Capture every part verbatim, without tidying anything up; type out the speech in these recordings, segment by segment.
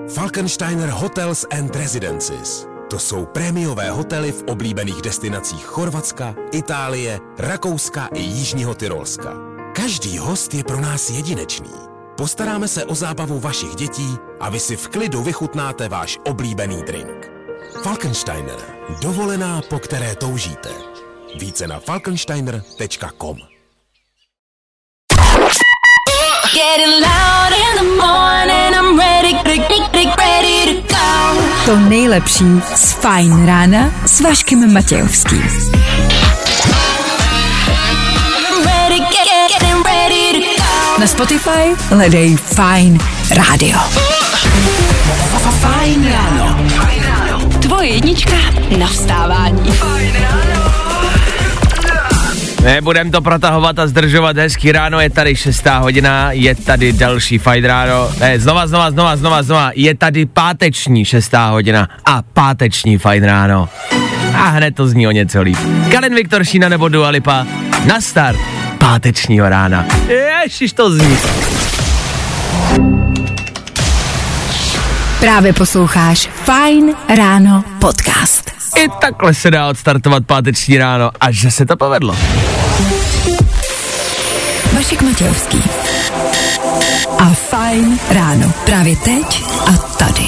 Falkensteiner Hotels and Residences. To jsou prémiové hotely v oblíbených destinacích Chorvatska, Itálie, Rakouska i Jižního Tyrolska. Každý host je pro nás jedinečný. Postaráme se o zábavu vašich dětí a vy si v klidu vychutnáte váš oblíbený drink. Falkensteiner. Dovolená, po které toužíte. Více na falkensteiner tečka com. To nejlepší z Fajn rána s Vaškem Matějovským. Na Spotify hledej Fajn rádio. Fajn ráno. Tvoje jednička na vstávání. Nebudem to protahovat a zdržovat, hezký ráno, je tady šestá hodina, je tady další Fajn ráno, ne, znova, znova, znova, znova, znova, je tady páteční šestá hodina a páteční Fajn ráno. A hned to zní o něco líp. Karen Viktor, Šína nebo Dua Lipa, na start pátečního rána. Ježiš, to zní. Právě posloucháš Fajn ráno podcast. I takhle se dá odstartovat páteční ráno a že se to povedlo. Vašek Matějovský a Fajn ráno. Právě teď a tady.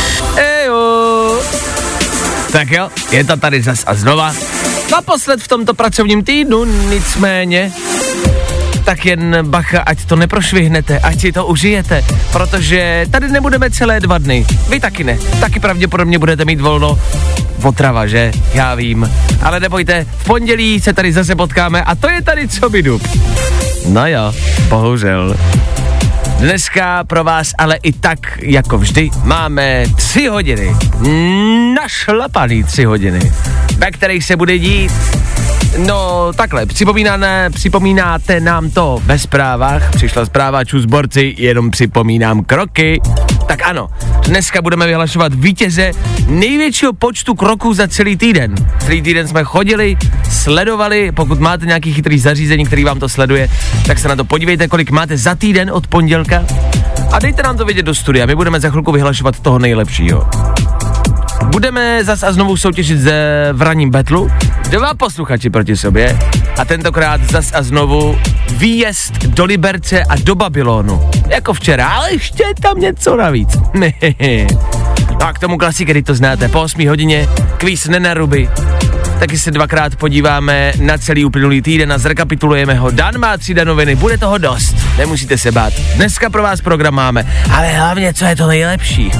Ejo. Tak jo, je to tady zas a znova. Naposled v tomto pracovním týdnu, nicméně, tak jen bacha, ať to neprošvihnete, ať si to užijete, protože tady nebudeme celé dva dny. Vy taky ne, taky pravděpodobně budete mít volno. Otrava, že? Já vím. Ale nebojte, v pondělí se tady zase potkáme a to je tady co by dub. No jo, bohužel. Dneska pro vás ale i tak, jako vždy, máme tři hodiny. Našlapaný tři hodiny, ve kterých se bude dít. No takhle, připomínáte, připomínáte nám to ve zprávách, přišla zpráva čuzborci, jenom připomínám kroky. Tak ano, dneska budeme vyhlašovat vítěze největšího počtu kroků za celý týden. Celý týden jsme chodili, sledovali, pokud máte nějaký chytrý zařízení, který vám to sleduje, tak se na to podívejte, kolik máte za týden od pondělka a dejte nám to vědět do studia, my budeme za chvilku vyhlašovat toho nejlepšího. Budeme zas a znovu soutěžit ze v ranním betlu. Dva posluchači proti sobě a tentokrát zas a znovu výjezd do Liberce a do Babylonu. Jako včera, ale ještě je tam něco navíc. No a k tomu klasik, který to znáte, po osmé hodině kvíz Nenaruby. Taky se dvakrát podíváme na celý uplynulý týden a zrekapitulujeme ho. Dan má tři danoviny, bude toho dost, nemusíte se bát. Dneska pro vás program máme, ale hlavně, co je to nejlepší.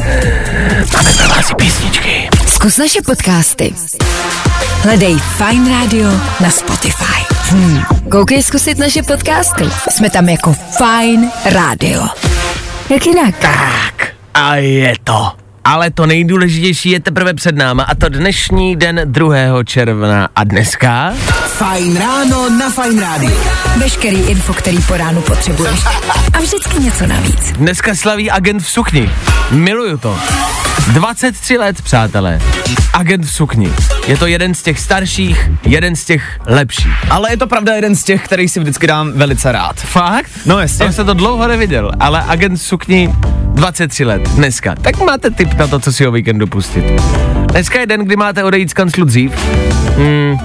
Máme pro vás i písničky. Zkus naše podcasty. Hledej Fajn rádio na Spotify. Hmm. Koukej zkusit naše podcasty. Jsme tam jako Fajn rádio. Jak jinak? Tak, a je to. Ale to nejdůležitější je teprve před náma a to dnešní den druhého června a dneska... Fajn ráno na Fajn rádiu. Veškerý info, který po ránu potřebuješ. A vždycky něco navíc. Dneska slaví Agent v sukni. Miluju to. dvacet tři let, přátelé. Agent v sukni. Je to jeden z těch starších, jeden z těch lepších. Ale je to pravda jeden z těch, který si vždycky dám velice rád. Fakt? No jasně. Já jsem to dlouho neviděl, ale Agent v sukni dvacet tři let dneska. Tak máte tip na to, co si o víkendu pustit. Dneska je den, kdy máte odejít z kanclu dřív. Hmm.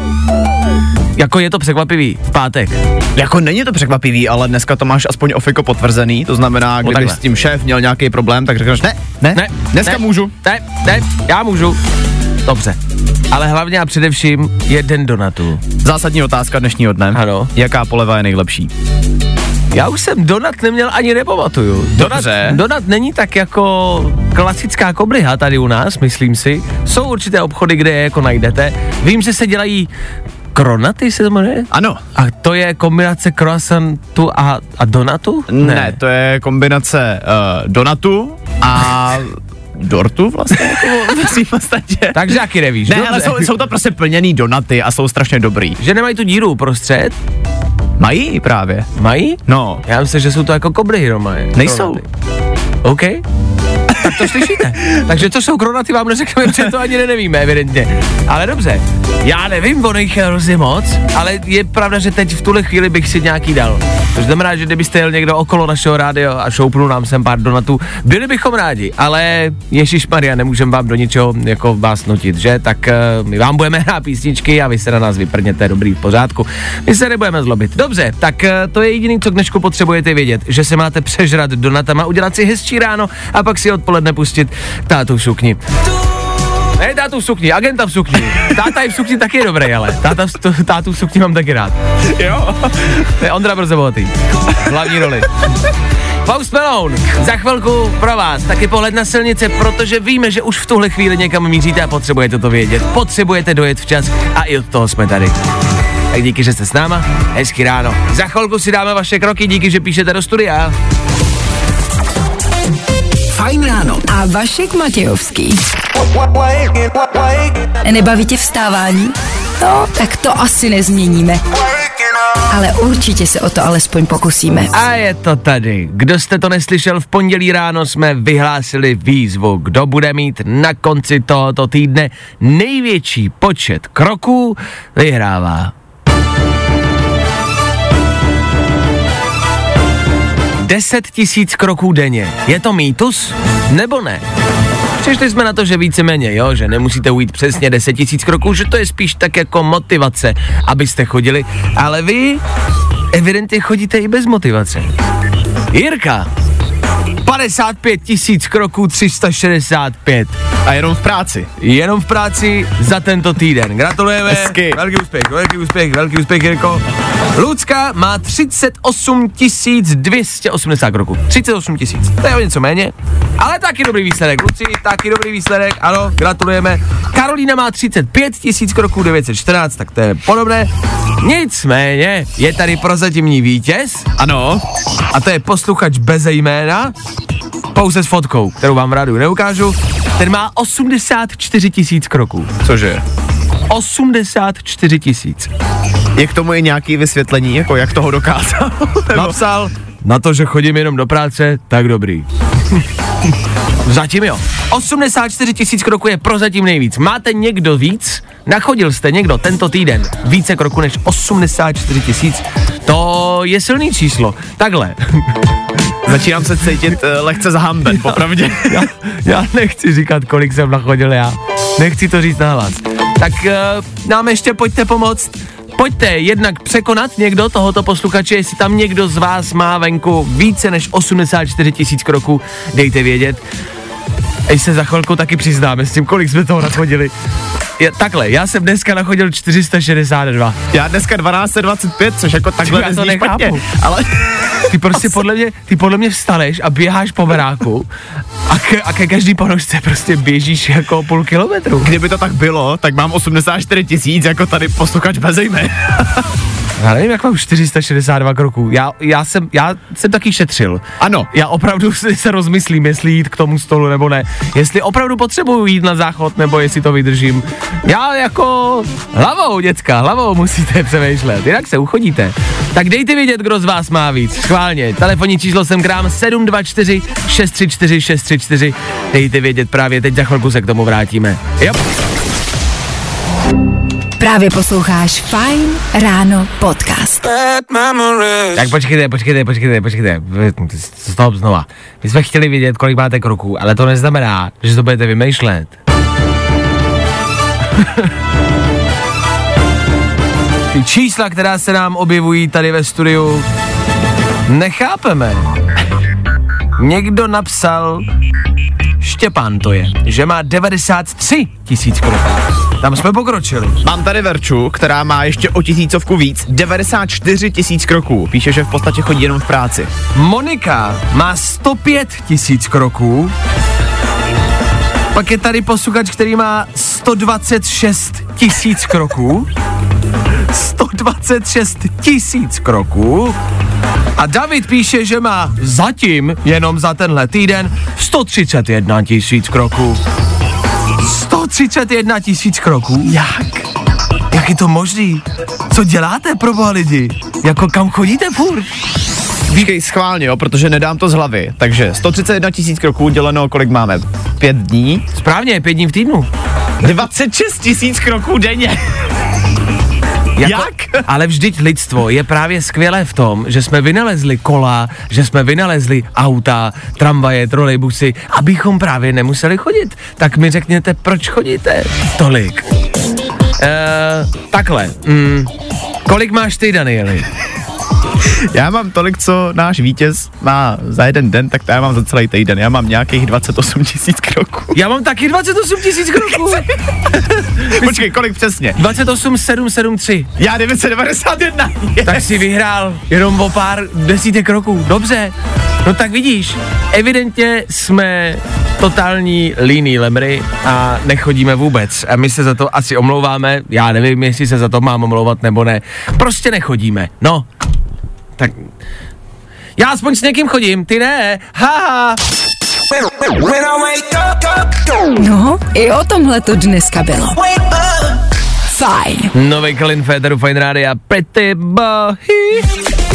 Jako je to překvapivý, v pátek. Jako není to překvapivý, ale dneska to máš aspoň ofiko potvrzený, to znamená, no kdyby s tím šéf měl nějaký problém, tak řekneš ne, ne, ne, dneska ne, můžu. Ne, ne, já můžu. Dobře. Ale hlavně a především je den donatů. Zásadní otázka dnešního dne. Ano. Jaká poleva je nejlepší? Já už jsem donat neměl ani nepamatuju. Donat, donat není tak jako klasická kobliha tady u nás, myslím si. Jsou určité obchody, kde je jako najdete. Vím, že se dělají kronaty, se to jmenuje? Ano. A to je kombinace croissantu a, a donatu? Ne. ne, to je kombinace uh, donatu a dortu vlastně, jako v svým podstatě. Takže jaký nevíš, ne, dobře. ale jsou, jsou to prostě plněný donaty a jsou strašně dobrý. Že nemají tu díru prostřed? Mají právě. Mají? No. Já myslím, že jsou to jako koblihy doma. Nejsou. OK. Tak to slyšíte. Takže to jsou kronaty, vám neřekneme, protože to ani nevíme, evidentně. Ale dobře, já nevím, ono jich je hrozně moc, ale je pravda, že teď v tuhle chvíli bych si nějaký dal. To znamená, že kdybyste jel někdo okolo našeho rádia a šoupnul nám sem pár donatů, byli bychom rádi, ale ježišmarja, nemůžeme vám do ničeho jako vás nutit, že? Tak uh, my vám budeme hrát písničky a vy se na nás vyprněte, dobrý, v pořádku. My se nebudeme zlobit. Dobře, tak uh, to je jediný, co k dnešku potřebujete vědět, že se máte přežrat donatama, udělat si hezčí ráno a pak si odpoledne pustit tátu v sukni. Ne, tátu v sukni, agenta v sukni. Táta je v sukni taky je dobrý, ale táta v, tátu v sukni mám taky rád. Jo? To je Ondra Brzobohatý. Hlavní roli. Post Malone, za chvilku pro vás taky pohled na silnice, protože víme, že už v tuhle chvíli někam míříte a potřebujete to vědět. Potřebujete dojet včas a i od toho jsme tady. Tak díky, že jste s náma, hezky ráno. Za chvilku si dáme vaše kroky, díky, že píšete do studia. Fajn ráno. A Vašek Matějovský. Nebaví tě vstávání? No, tak to asi nezměníme. Ale určitě se o to alespoň pokusíme. A je to tady. Kdo jste to neslyšel, v pondělí ráno jsme vyhlásili výzvu. Kdo bude mít na konci tohoto týdne největší počet kroků, vyhrává. deset tisíc kroků denně. Je to mýtus? Nebo ne? Přišli jsme na to, že víceméně, jo, že nemusíte ujít přesně deset tisíc kroků, že to je spíš tak jako motivace, abyste chodili, ale vy evidentně chodíte i bez motivace. Jirka, padesát pět tisíc kroků, tři sta šedesát pět. A jenom v práci. Jenom v práci za tento týden. Gratulujeme. Hezky. Velký úspěch, velký úspěch, velký úspěch, Jirko. Lucka má třicet osm tisíc dvě stě osmdesát kroků. třicet osm tisíc. To je o něco méně, ale taky dobrý výsledek. Luci, taky dobrý výsledek, ano, gratulujeme. Karolína má třicet pět tisíc kroků, devět set čtrnáct, tak to je podobné. Nicméně je tady prozatímní vítěz. Ano. A to je posluchač bez jména, pouze s fotkou, kterou vám v rádiu neukážu. Ten má osmdesát čtyři tisíc kroků. Cože? osmdesát čtyři tisíc. Je k tomu i nějaký vysvětlení, jako jak toho dokázal? Napsal, na to, že chodím jenom do práce, tak dobrý. Zatím jo. osmdesát čtyři tisíc kroků je prozatím nejvíc. Máte někdo víc? Nachodil jste někdo tento týden více kroků než osmdesát čtyři tisíc? To je silný číslo. Takhle. Začínám se cítit uh, lehce zahamben, popravdě. já, já nechci říkat, kolik jsem nachodil já. Nechci to říct nahlas. Tak uh, nám ještě pojďte pomoct. Pojďte jednak překonat někdo tohoto posluchače, jestli tam někdo z vás má venku více než osmdesát čtyři tisíc kroků, dejte vědět. Ej se za chvilku taky přiznáme s tím, kolik jsme toho nachodili. Je, takhle, já jsem dneska nachodil čtyři sta šedesát dva. Já dneska dvanáct set dvacet pět, což jako takhle já to nezní špatně, ale... Ty prostě podle mě, ty podle mě vstaneš a běháš po baráku a ke, a ke každý ponožce prostě běžíš jako půl kilometru. Kdyby to tak bylo, tak mám osmdesát čtyři tisíc, jako tady posluchač bez jména. Já nevím, jak mám čtyři sta šedesát dva kroků. Já, já, jsem, já jsem taky šetřil. Ano. Já opravdu si se rozmyslím, jestli jít k tomu stolu nebo ne. Jestli opravdu potřebuju jít na záchod, nebo jestli to vydržím. Já jako hlavou, děcka, hlavou musíte přemýšlet, jinak se uchodíte. Tak dejte vědět, kdo z vás má víc. Schválně. Telefonní číslo jsem krám sedm dva čtyři šest tři čtyři šest tři čtyři. Dejte vědět právě teď, za chvilku se k tomu vrátíme. Jo. Právě posloucháš Fajn ráno podcast. Tak počkejte, počkejte, počkejte, počkejte. Stop znova. My jsme chtěli vědět, kolik máte kroků, ale to neznamená, že to budete vymýšlet. Ty čísla, která se nám objevují tady ve studiu, nechápeme. Někdo napsal, Štěpán to je, že má devadesát tři tisíc kroků. Tam jsme pokročili. Mám tady Verču, která má ještě o tisícovku víc, devadesát čtyři tisíc kroků. Píše, že v podstatě chodí jenom v práci. Monika má sto pět tisíc kroků. Pak je tady posluchač, který má sto dvacet šest tisíc kroků. sto dvacet šest tisíc kroků. A David píše, že má zatím, jenom za tenhle týden, sto třicet jedna tisíc kroků. sto třicet jedna tisíc kroků? Jak? Jak je to možný? Co děláte, proboha lidi? Jako kam chodíte furt? Výkej schválně, jo, protože nedám to z hlavy. Takže sto třicet jedna tisíc kroků děleno, kolik máme? Pět dní? Správně, pět dní v týdnu. dvacet šest tisíc kroků denně. Jako, Jak? Ale vždyť lidstvo je právě skvělé v tom, že jsme vynalezli kola, že jsme vynalezli auta, tramvaje, trolejbusy, abychom právě nemuseli chodit. Tak mi řekněte, proč chodíte tolik? Eee, takhle, mm, kolik máš ty, Danieli? Já mám tolik, co náš vítěz má za jeden den, tak to já mám za celý týden. Já mám nějakých dvacet osm tisíc kroků. Já mám taky dvacet osm tisíc kroků. Počkej, kolik přesně? dvacet osm sedm sedm tři. Já devět set devadesát jedna. Yes. Tak si vyhrál jenom o pár desítek kroků. Dobře. No tak vidíš, evidentně jsme totální líný lemry a nechodíme vůbec. A my se za to asi omlouváme. Já nevím, jestli se za to mám omlouvat nebo ne. Prostě nechodíme. No. Tak já aspoň s někým chodím, ty ne. Haha. No, i o tomhle to dneska bylo. Fajn. Nový Colin Féteru Fajn Rádia Pretty Bohy.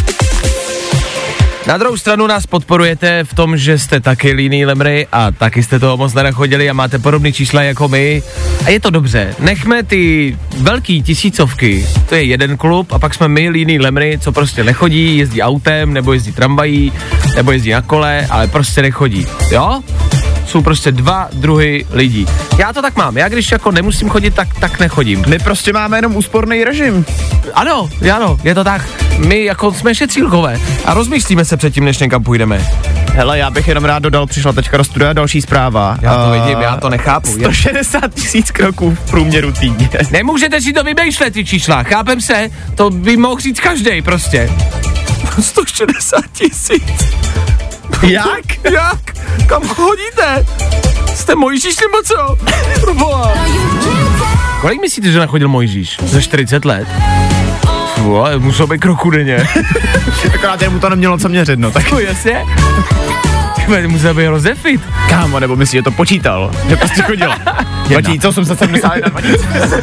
Na druhou stranu nás podporujete v tom, že jste taky líný lemry a taky jste toho moc nenachodili a máte podobné čísla jako my. A je to dobře. Nechme ty velký tisícovky, to je jeden klub a pak jsme my líný lemry, co prostě nechodí, jezdí autem, nebo jezdí tramvají, nebo jezdí na kole, ale prostě nechodí. Jo? Jsou prostě dva druhy lidí. Já to tak mám, já když jako nemusím chodit, tak, tak nechodím. My prostě máme jenom úsporný režim. Ano, ano, je to tak. My jako jsme šetřílkové a rozmyslíme se předtím, než někam půjdeme. Hele, já bych jenom rád dodal, přišla teďka do studia další zpráva. Já to uh, vidím, já to nechápu. sto šedesát tisíc kroků v průměru týdně. Nemůžete si to vymýšlet, ty čísla, chápem se? To by mohl říct každej prostě. sto šedesát tisíc. Jak? Jak? Kam chodíte? Jste Mojžíš nebo co? Proboha. Kolik myslíte, že nachodil Mojžíš? Za čtyřicet let? Fuh, ale musel být kroku denně. Akorát mu to nemělo co měřit, no tak. No jasně. Musel být rozefit. Kámo, nebo myslíš, že to počítal? Že prostě chodil. dva tisíce osm set sedmdesát jedna, dva tisíce.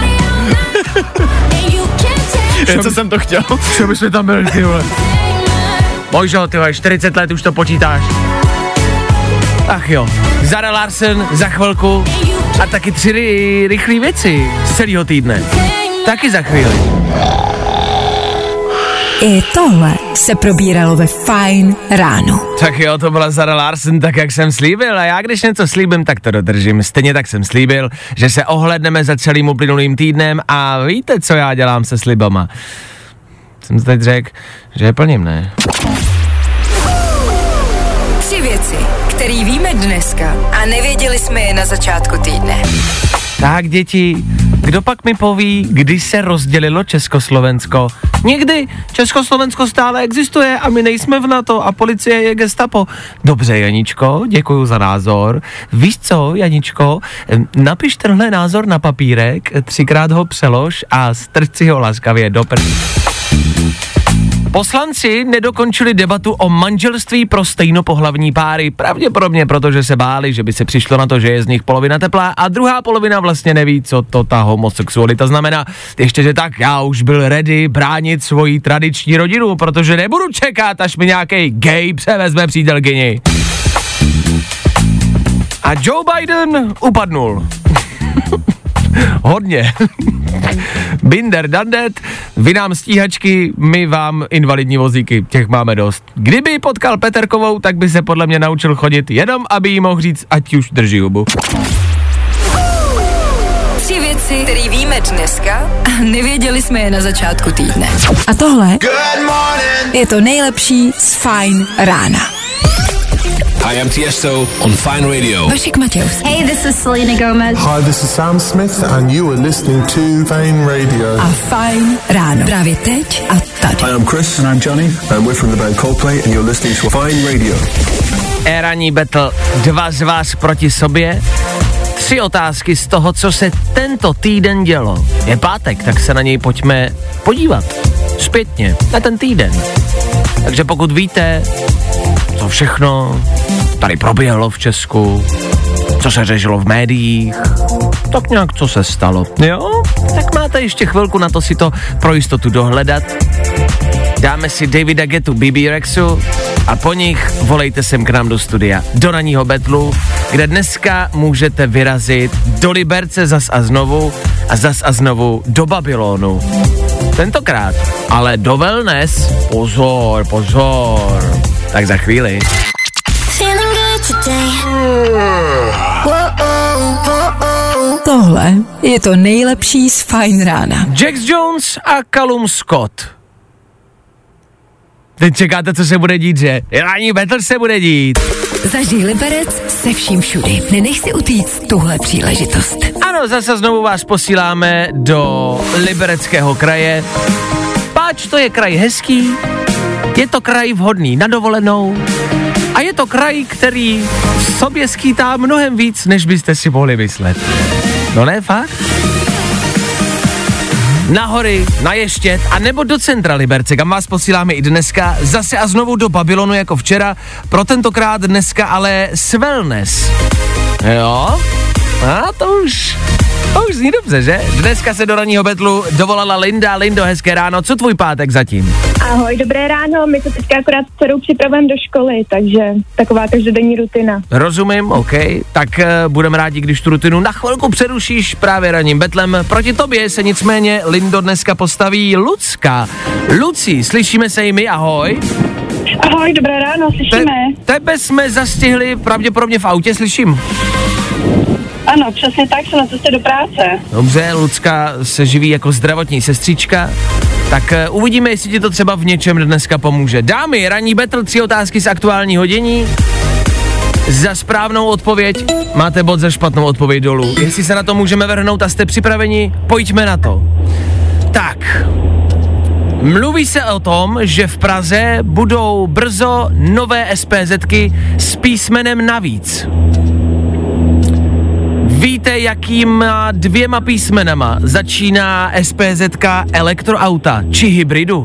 Co jsem to chtěl? Co bychom tam byli, ty vole? Mojžo, ty vole, čtyřicet let už to počítáš. Ach jo, Zara Larsson za chvilku a taky tři ry- rychlé věci z celého týdne. Taky za chvíli. I tohle se probíralo ve Fajn ráno. Tak jo, to byla Zara Larsson, tak jak jsem slíbil, a já když něco slíbím, tak to dodržím. Stejně tak jsem slíbil, že se ohledneme za celým uplynulým týdnem a víte, co já dělám se slibama. Jsem teď řekl, že je plním, ne? Tři věci, které víme dneska a nevěděli jsme je na začátku týdne. Tak děti, kdo pak mi poví, kdy se rozdělilo Československo? Nikdy. Československo stále existuje a my nejsme v NATO a policie je gestapo. Dobře, Janičko, děkuju za názor. Víš co, Janičko, napiš tenhle názor na papírek, třikrát ho přelož a strč si ho laskavě do prdí. Poslanci nedokončili debatu o manželství pro stejnopohlavní páry, pravděpodobně protože se báli, že by se přišlo na to, že je z nich polovina teplá a druhá polovina vlastně neví, co to ta homosexualita znamená. Ještě, že tak já už byl ready bránit svoji tradiční rodinu, protože nebudu čekat, až mi nějaký gay převezme přítelkyni. A Joe Biden upadnul. Hodně. Binder dandet, vy nám stíhačky, my vám invalidní vozíky, těch máme dost. Kdyby potkal Peterkovou, tak by se podle mě naučil chodit, jenom aby jí mohl říct, ať už drží hubu. Tři věci, které víme dneska a nevěděli jsme je na začátku týdne. A tohle je to nejlepší z Fajn rána. Hi, I'm Tiesto on Fine Radio. Vašek Matějovský. Hey, this is Selena Gomez. Hi, this is Sam Smith and you are listening to Fine Radio. A Fajn ráno. Právě teď a tady. Hi, I'm Chris. And I'm Johnny. And we're from the band Coldplay and you're listening to Fine Radio. Éranní battle, dva z vás proti sobě. Tři otázky z toho, co se tento týden dělo. Je pátek, tak se na něj pojďme podívat. Zpětně, na ten týden. Takže pokud víte, co všechno tady proběhlo v Česku, co se řešilo v médiích, tak nějak co se stalo. Jo? Tak máte ještě chvilku na to si to pro jistotu dohledat. dáme si Davida Guettu, B B Rexu a po nich volejte sem k nám do studia, do ranního betlu, kde dneska můžete vyrazit do Liberce zas a znovu a zas a znovu do Babylonu. Tentokrát, ale do wellness, pozor, pozor, tak za chvíli. Tohle je to nejlepší z Fajn rána. Jax Jones a Callum Scott. Teď čekáte, co se bude dít, že? Ranní battle se bude dít. Zažij Liberec se vším všudy. Nenech si utíct tuhle příležitost. Ano, zase znovu vás posíláme do Libereckého kraje. Páč to je kraj hezký, je to kraj vhodný na dovolenou a je to kraj, který v sobě skýtá mnohem víc, než byste si mohli myslet. No ne, fakt? Na hory, na Ještěd a nebo do centra Liberce, kam vás posíláme i dneska, zase a znovu do Babylonu jako včera, pro tentokrát dneska ale s wellness. Jo? A to už, to už zní dobře, že? Dneska se do ranního betlu dovolala Linda. Lindo, hezké ráno, co tvůj pátek zatím? Ahoj, dobré ráno, my se teďka akorát s dcerou připravujeme do školy, takže taková každodenní rutina. Rozumím, OK, tak uh, budeme rádi, když tu rutinu na chvilku přerušíš právě ranním betlem. Proti tobě se nicméně, Lindo, dneska postaví Lucka. Luci, slyšíme se i my, ahoj. Ahoj, dobré ráno, slyšíme. Te- tebe jsme zastihli pravděpodobně v autě, slyším? Ano, přesně tak, jsem na cestě do práce. Dobře, Lucka se živí jako zdravotní sestřička, tak uh, uvidíme, jestli ti to třeba v něčem dneska pomůže. Dámy, ranní battle, tři otázky z aktuálního dění. Za správnou odpověď máte bod, za špatnou odpověď dolů. Jestli se na to můžeme vrhnout a jste připraveni, pojďme na to. Tak, mluví se o tom, že v Praze budou brzo nové SPZky s písmenem navíc. Víte, jakýma dvěma písmenama začíná SPZka elektroauta či hybridu?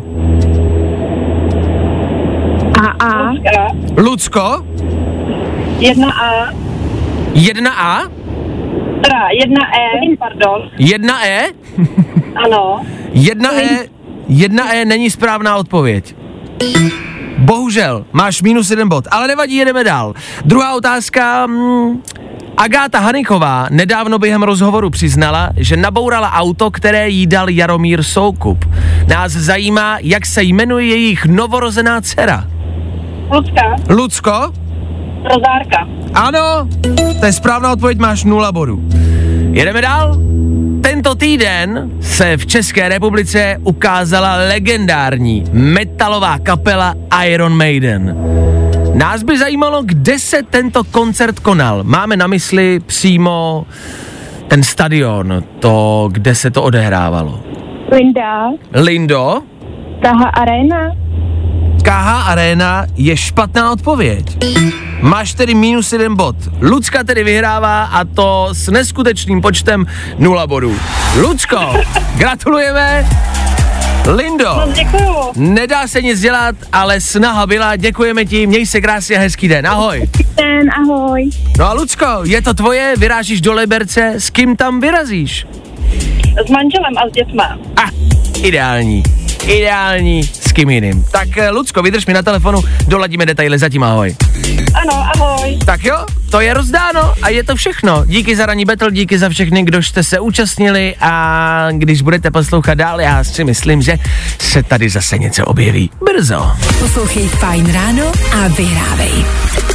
A A. Lucko? Jedna A. Jedna A? Teda jedna E, pardon. Jedna E? Ano. Jedna E, jedna E není správná odpověď. Bohužel, máš minus jeden bod, ale nevadí, jedeme dál. Druhá otázka... Hmm, Agáta Hanichová nedávno během rozhovoru přiznala, že nabourala auto, které jí dal Jaromír Soukup. Nás zajímá, jak se jmenuje jejich novorozená dcera. Lucka. Lucko? Rozárka. Ano, to je správná odpověď, máš nula bodů. Jedeme dál? Tento týden se v České republice ukázala legendární metalová kapela Iron Maiden. Nás by zajímalo, kde se tento koncert konal. Máme na mysli přímo ten stadion, to, kde se to odehrávalo. Linda. Lindo? K H Arena. K H Arena je špatná odpověď. Máš tedy minus jeden bod. Lucka tedy vyhrává a to s neskutečným počtem nula bodů. Lucko, gratulujeme. Lindo, Děkuju. nedá se nic dělat, ale snaha byla, děkujeme ti, měj se krásně a hezký den, ahoj. Den, ahoj. No a Lucko, je to tvoje, vyrážíš do Liberce, s kým tam vyrazíš? S manželem a s dětma. Ah, ideální, ideální, s kým jiným. Tak Lucko, vydrž mi na telefonu, doladíme detaily, zatím ahoj. Ano, ahoj. Tak jo, to je rozdáno a je to všechno. Díky za ranní battle, díky za všechny, kdo jste se účastnili a když budete poslouchat dál, já si myslím, že se tady zase něco objeví brzo. Poslouchej Fajn ráno a vyhrávej.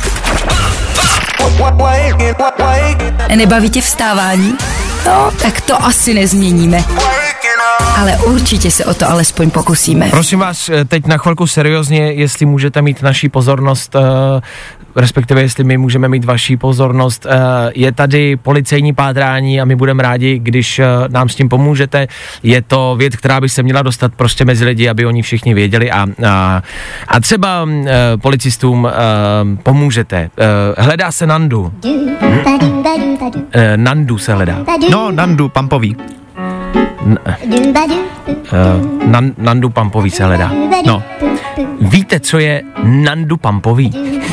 Nebaví tě vstávání? No, tak to asi nezměníme. Ale určitě se o to alespoň pokusíme. Prosím vás, teď na chvilku seriózně, jestli můžete mít naší pozornost, uh, respektive jestli my můžeme mít vaší pozornost. Uh, je tady policejní pátrání a my budeme rádi, když uh, nám s tím pomůžete. Je to věc, která by se měla dostat prostě mezi lidi, aby oni všichni věděli a, a, a třeba uh, policistům uh, pomůžete. Uh, hledá se Nandu. Hm? Uh, Nandu se hledá. No, Nandu Pampový. N- uh, nan, Nandu Pampový se hledá. No. Víte, co je Nandu Pampový?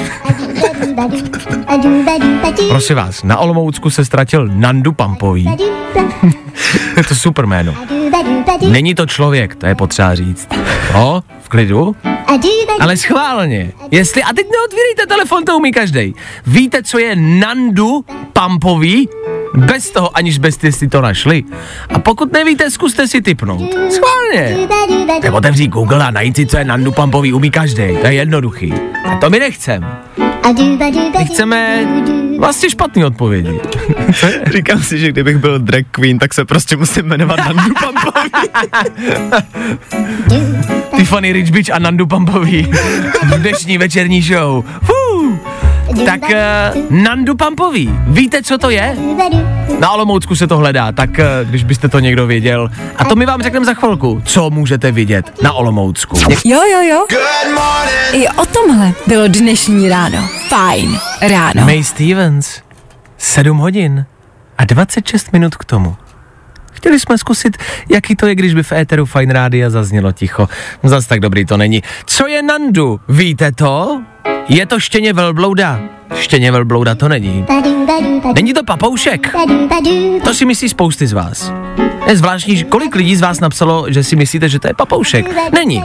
Prosím vás, na Olomoucku se ztratil Nandu Pampový. Je to super jméno. Není to člověk, to je potřeba říct. O, v klidu. Ale schválně. Jestli, a teď neotvírejte telefon, to umí každej. Víte, co je Nandu Pumpový? Bez toho, aniž byste si to našli. A pokud nevíte, zkuste si tipnout. Schválně. Tak otevří Google a najít si, co je Nandu Pumpový, umí každej. To je jednoduchý. A to my nechcem. My chceme vlastně špatný odpovědi. Říkám si, že kdybych byl drag queen, tak se prostě musím jmenovat Nandu Pumpový. Tiffany Rich Bitch a Nandu Pumpový v dnešní večerní show. Fuu. Tak uh, Nandu Pumpový, víte, co to je? Na Olomoucku se to hledá, tak uh, když byste to někdo věděl. A to my vám řekneme za chvilku, co můžete vidět na Olomoucku. Jo, jo, jo. I o tomhle bylo dnešní ráno. Fajn ráno. May Stevens, sedm hodin a dvacet šest minut k tomu. Chtěli jsme zkusit, jaký to je, když by v éteru Fajn Rádia zaznělo ticho. Zas tak dobrý to není. Co je Nandu? Víte to? Je to štěně velblouda. Štěně velblouda to není. Není to papoušek. To si myslí spousty z vás. Je zvláštní, kolik lidí z vás napsalo, že si myslíte, že to je papoušek. Není.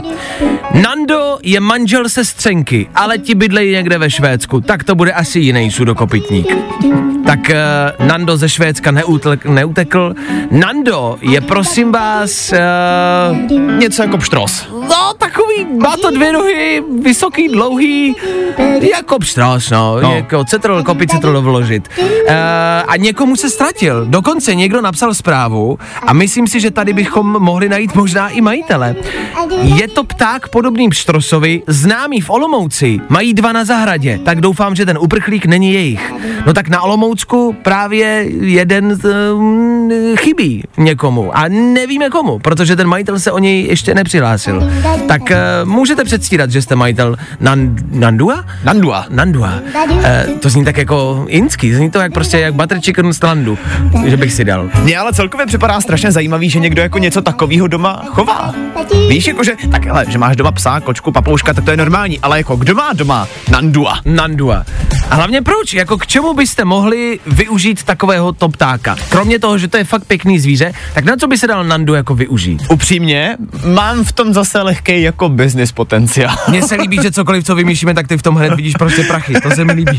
Nando je manžel sestřenky, ale ti bydlejí někde ve Švédsku, tak to bude asi jiný sudokopytník. Tak uh, Nando ze Švédska neutek, neutekl. Nando je, prosím vás, uh, Něco jako pštros. no takový, má to dvě nohy, vysoký, dlouhý, jako pštros, no, no. Jako cetrl, kopy cetrl vložit. Uh, a někomu se ztratil, dokonce někdo napsal zprávu a myslím si, že tady bychom mohli najít možná i majitele. Je to pták podobný pštrosovi, známý v Olomouci, mají dva na zahradě, tak doufám, že ten uprchlík není jejich. No tak na Olomoucku právě jeden um, chybí někomu a nevíme komu, protože ten majitel se o něj ještě nepřihlásil. Tak uh, můžete předstírat, že jste majitel Nan, Nandua? Nandua. Nandua. Uh, to zní tak jako inský, zní to jak prostě jak butter chicken z Landu, že bych si dal. Mně ale celkově připadá strašně zajímavý, že někdo jako něco takového doma chová. Víš, jakože, tak hele, že máš doma psa, kočku, papouška, tak to je normální, ale jako kdo má doma Nandua? Nandua. A hlavně proč? Jako k čemu byste mohli využít takového to ptáka? Kromě toho, že to je fakt pěkný zvíře, tak na co by se dal Nandu jako využít? Upřímně, mám v tom zase lehkej jako business potenciál. Mně se líbí, že cokoliv, co vymýšlíme, tak ty v tom hned vidíš prostě prachy, to se mi líbí.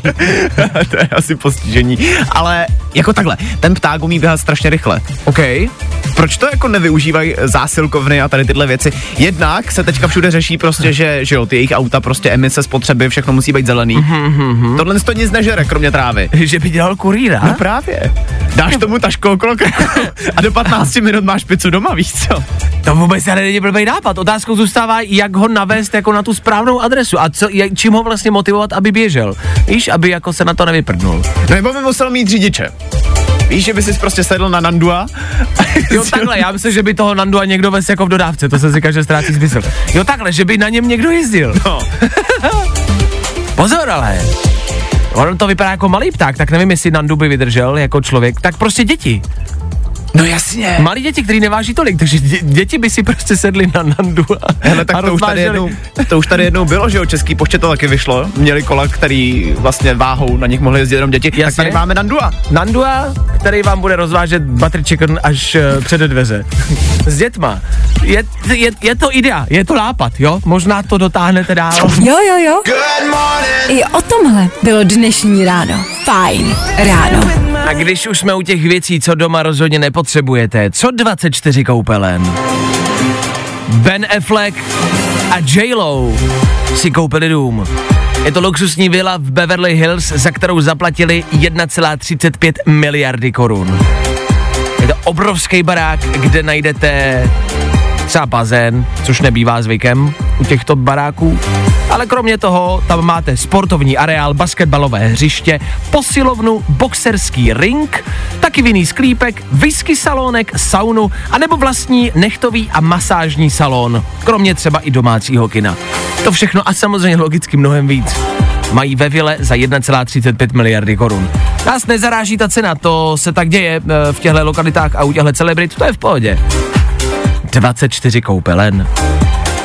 To je asi postižení, ale jako takhle, ten pták umí běhat strašně rychle. OK. Proč to jako nevyužívají zásilkovny a tady tyhle věci? Jednak se teďka všude řeší prostě, že, že jo, ty jejich auta, prostě emise, spotřeby, všechno musí být zelený. Mm-hmm. Tohle to nic nežere, kromě trávy. Že by dělal kurýra? No právě. Dáš tomu tašku okolo a do patnácti minut máš pizzu doma, víš co? To vůbec ale není blbej nápad. Otázkou zůstává, jak ho navést jako na tu správnou adresu a co, jak, čím ho vlastně motivovat, aby běžel. Víš, aby jako se na to nevyprdnul. No nebo by musel mít řidiče. Víš, že by si prostě sedl na Nandua? Jo takhle, já myslím, že by toho Nandua někdo ves jako v dodávce, to se říká, že ztrácí smysl. Jo takhle, že by na něm někdo jezdil. No. Pozor ale. On to vypadá jako malý pták, tak nevím, jestli Nandu by vydržel jako člověk, tak prostě děti. No jasně. Malí děti, který neváží tolik, takže dě, děti by si prostě sedli na Nandu a Hele, tak a to už, tady jednou, to už tady jednou bylo, že jo, Český poště to taky vyšlo, měli kola, který vlastně váhou, na nich mohli jezdit jenom děti, jasně. Tak tady máme Nandua. Nandua, který vám bude rozvážet butter chicken až uh, před dveře. S dětma. Je, je, je to idea, je to nápad, jo? Možná to dotáhnete dál. Jo, jo, jo. I o tomhle bylo dnešní ráno. Fajn ráno. A když už jsme u těch věcí, co doma rozhodně nepotřebujete, co dvacet čtyři koupelen? Ben Affleck a J-Lo si koupili dům. Je to luxusní vila v Beverly Hills, za kterou zaplatili jedna celá třicet pět miliardy korun. Je to obrovský barák, kde najdete třeba bazén, což nebývá zvykem u těchto baráků. Ale kromě toho tam máte sportovní areál, basketbalové hřiště, posilovnu, boxerský ring, taky vinný sklípek, whisky salónek, saunu, anebo vlastní nechtový a masážní salon, kromě třeba i domácího kina. To všechno a samozřejmě logicky mnohem víc mají ve vile za jedna celá třicet pět miliardy korun. Nás nezaráží ta cena, to se tak děje v těchto lokalitách a u těchto celebrit, to je v pohodě. dvacet čtyři koupelen.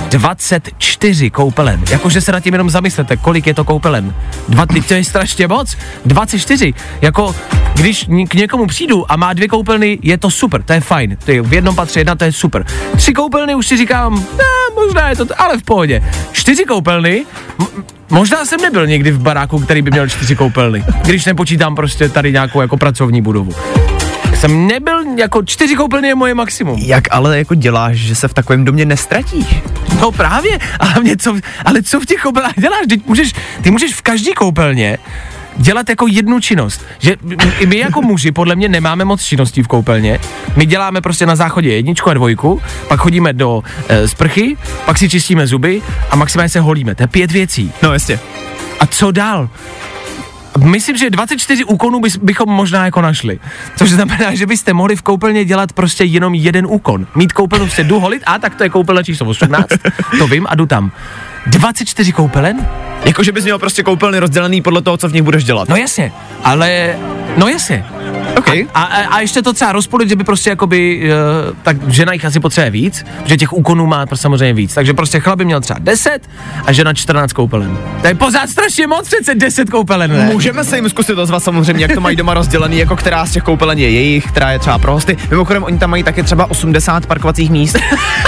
dvacet čtyři koupelen. Jakože se nad tím jenom zamyslete, kolik je to koupelen. Dva, to je strašně moc. dvacet čtyři. Jako, když k někomu přijdu a má dvě koupelny, je to super, to je fajn. To je v jednom patře jedna, to je super. Tři koupelny už si říkám, ne, možná je to, t- ale v pohodě. Čtyři koupelny, m- možná jsem nebyl někdy v baráku, který by měl čtyři koupelny. Když nepočítám prostě tady nějakou jako pracovní budovu. Jsem nebyl, jako čtyři koupelny je moje maximum. Jak ale jako děláš, že se v takovém domě nestratíš? No právě, ale, mě co, ale co v těch koupelnách děláš? Ty můžeš, ty můžeš v každý koupelně dělat jako jednu činnost. Že my, my jako muži podle mě nemáme moc činností v koupelně. My děláme prostě na záchodě jedničku a dvojku, pak chodíme do e, sprchy, pak si čistíme zuby a maximálně se holíme. To je pět věcí. No jasně. A co dál? Myslím, že dvacet čtyři úkonů bys, bychom možná jako našli. Což znamená, že byste mohli v koupelně dělat prostě jenom jeden úkon. Mít koupelnu, se jdu holit, a tak to je koupelna číslo osmnáct, to vím a jdu tam. dvacet čtyři koupelen? Jakože bys měl prostě koupelny rozdělený podle toho, co v nich budeš dělat. No jasně, ale, no jasně. Okay. A, a, a ještě to třeba rozpolit, že by prostě jakoby, uh, tak žena jich asi potřebuje víc, že těch úkonů má prostě samozřejmě víc, takže prostě chlap by měl třeba deset a žena čtrnáct koupelen. To je pořád strašně moc, přece deset koupelen, ne? Můžeme se jim zkusit ozvat samozřejmě, jak to mají doma rozdělený, jako která z těch koupelen je jejich, která je třeba pro hosty. Mimochodem, oni tam mají taky třeba osmdesát parkovacích míst.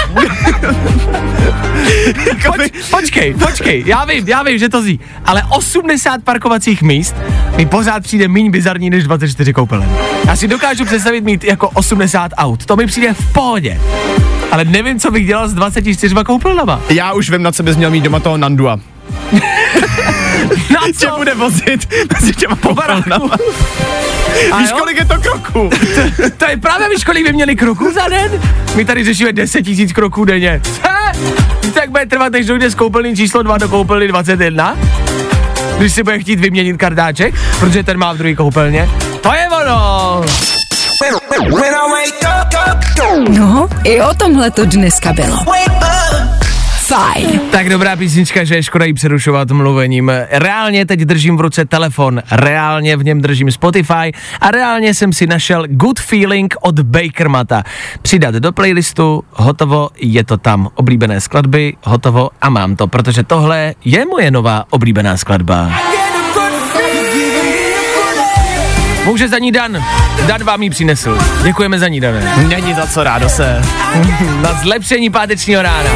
Poč, počkej, počkej, já vím, já vím, že to zní, ale osmdesát parkovacích míst mi pořád přijde méně bizarní než dvacet čtyři koupelen. Já si dokážu představit mít jako osmdesát aut, to mi přijde v pohodě, ale nevím, co bych dělal s dvacet čtyři koupelnama. Já už vím, na co bys měl mít doma toho Nandua. Na co? Tě bude vozit mezi těma koupelnama. Víš, kolik je to kroků? to, to je právě, víš, kolik by měli kroků za den? My tady řešíme deset tisíc kroků denně. Víte, jak bude trvat, než dojde z koupelny číslo dva do koupelny dvacet jedna? Když si bude chtít vyměnit kartáček, protože ten má v druhé koupelně. To je ono! No, i o tomhle to dneska bylo. Fajn. Tak dobrá písnička, že je škoda jí přerušovat mluvením. Reálně teď držím v ruce telefon, reálně v něm držím Spotify a reálně jsem si našel Good Feeling od Bakermata. Přidat do playlistu, hotovo, je to tam. Oblíbené skladby, hotovo a mám to, protože tohle je moje nová oblíbená skladba. Může za ní Dan. Dan vám ji přinesl. Děkujeme za ní, Dané. Není za co, rádo se. Na zlepšení pátečního rána.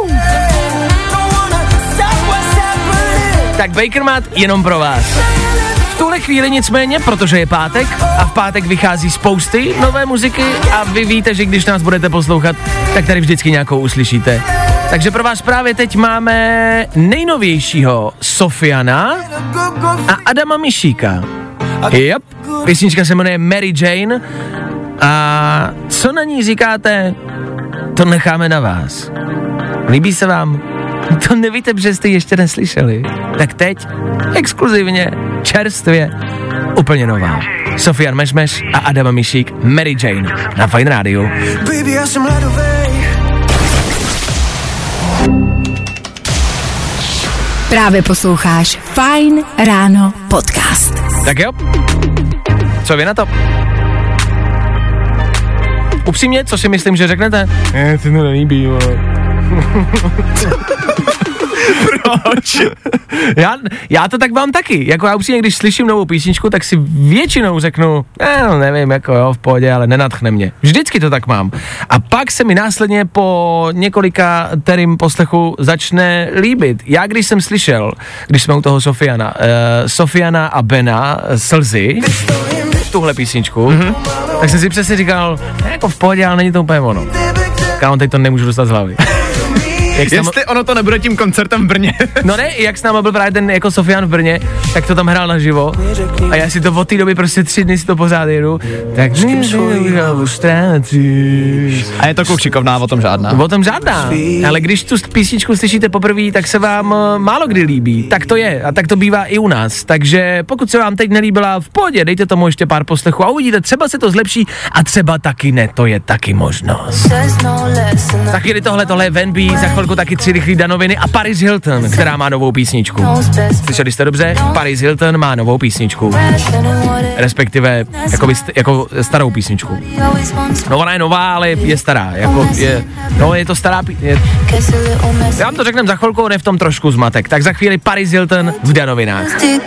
Tak Bakermat jenom pro vás. V tuhle chvíli nicméně, protože je pátek a v pátek vychází spousty nové muziky a vy víte, že když nás budete poslouchat, tak tady vždycky nějakou uslyšíte. Takže pro vás právě teď máme nejnovějšího Sofiana a Adama Mišíka. Yep, písnička se jmenuje Mary Jane a co na ní říkáte, to necháme na vás. Líbí se vám? To nevíte, protože jste ještě neslyšeli. Tak teď, exkluzivně, čerstvě, úplně nová. Sofian Mešmeš a Adama Mišík, Mary Jane na Fajn rádiu. Právě posloucháš Fajn ráno podcast. Tak jo, co vy na to? Upřímně, co si myslím, že řeknete? Ne, to mi nelíbí, Proč? já, já to tak mám taky, jako já upřímně, když slyším novou písničku, tak si většinou řeknu, eh, no nevím, jako jo, v pohodě, ale nenadchne mě. Vždycky to tak mám. A pak se mi následně po několika terým poslechu začne líbit. Já když jsem slyšel, když jsme u toho Sofiana, uh, Sofiana a Bena Slzy, tuhle písničku, mm-hmm. tak jsem si přesně říkal, jako v pohodě, ale není to úplně ono. Kámo, teď to nemůžu dostat z hlavy. Jak Jestli ono to nebude tím koncertem v Brně. No ne, jak s náma byl právě ten jako Sofian v Brně, tak to tam hrál naživo a já si to od té doby prostě tři dny si to pořád jedu, tak a je to koušikovná, o tom žádná. O tom žádná, ale když tu písničku slyšíte poprvé, tak se vám málo kdy líbí, tak to je a tak to bývá i u nás, takže pokud se vám teď nelíbila, v pohodě, dejte tomu ještě pár poslechů a uvidíte, třeba se to zlepší a třeba taky ne, to je taky možnost. Tak jeli tohle, tohle je Van B, za chvilku taky tři rychlý danoviny a Paris Hilton, která má novou písničku. Slyšeli jste dobře? Paris Hilton má novou písničku. Respektive jako, jako starou písničku. No ona je nová, ale je stará. Jako je, no je to stará pí... Je... Já vám to řeknem za chvilku, on je v tom trošku zmatek. Tak za chvíli Paris Hilton v danovinách.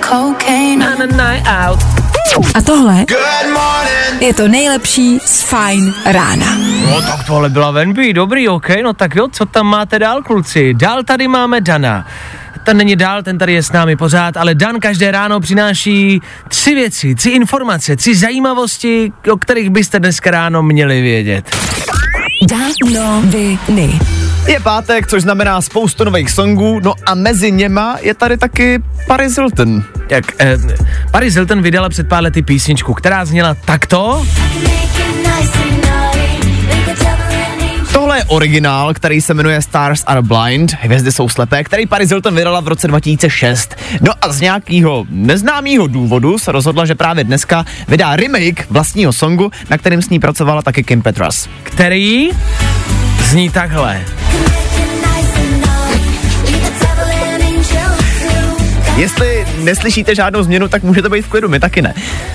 A tohle je to nejlepší z Fajn rána. No tak tohle byla Venby, dobrý, ok, no tak jo, co tam máte dál, kluci? Dál tady máme Dana. Ten není dál, ten tady je s námi pořád, ale Dan každé ráno přináší tři věci, tři informace, tři zajímavosti, o kterých byste dneska ráno měli vědět. Danoviny. Je pátek, což znamená spoustu nových songů, no a mezi něma je tady taky Paris Hilton. Tak, eh, Paris Hilton vydala před pár lety písničku, která zněla takto. Tohle je originál, který se jmenuje Stars Are Blind, hvězdy jsou slepé, který Paris Hilton vydala v roce dva tisíce šest. No a z nějakého neznámého důvodu se rozhodla, že právě dneska vydá remake vlastního songu, na kterým s ní pracovala taky Kim Petras. Který zní takhle. Jestli neslyšíte žádnou změnu, tak můžete být v klidu, my taky ne.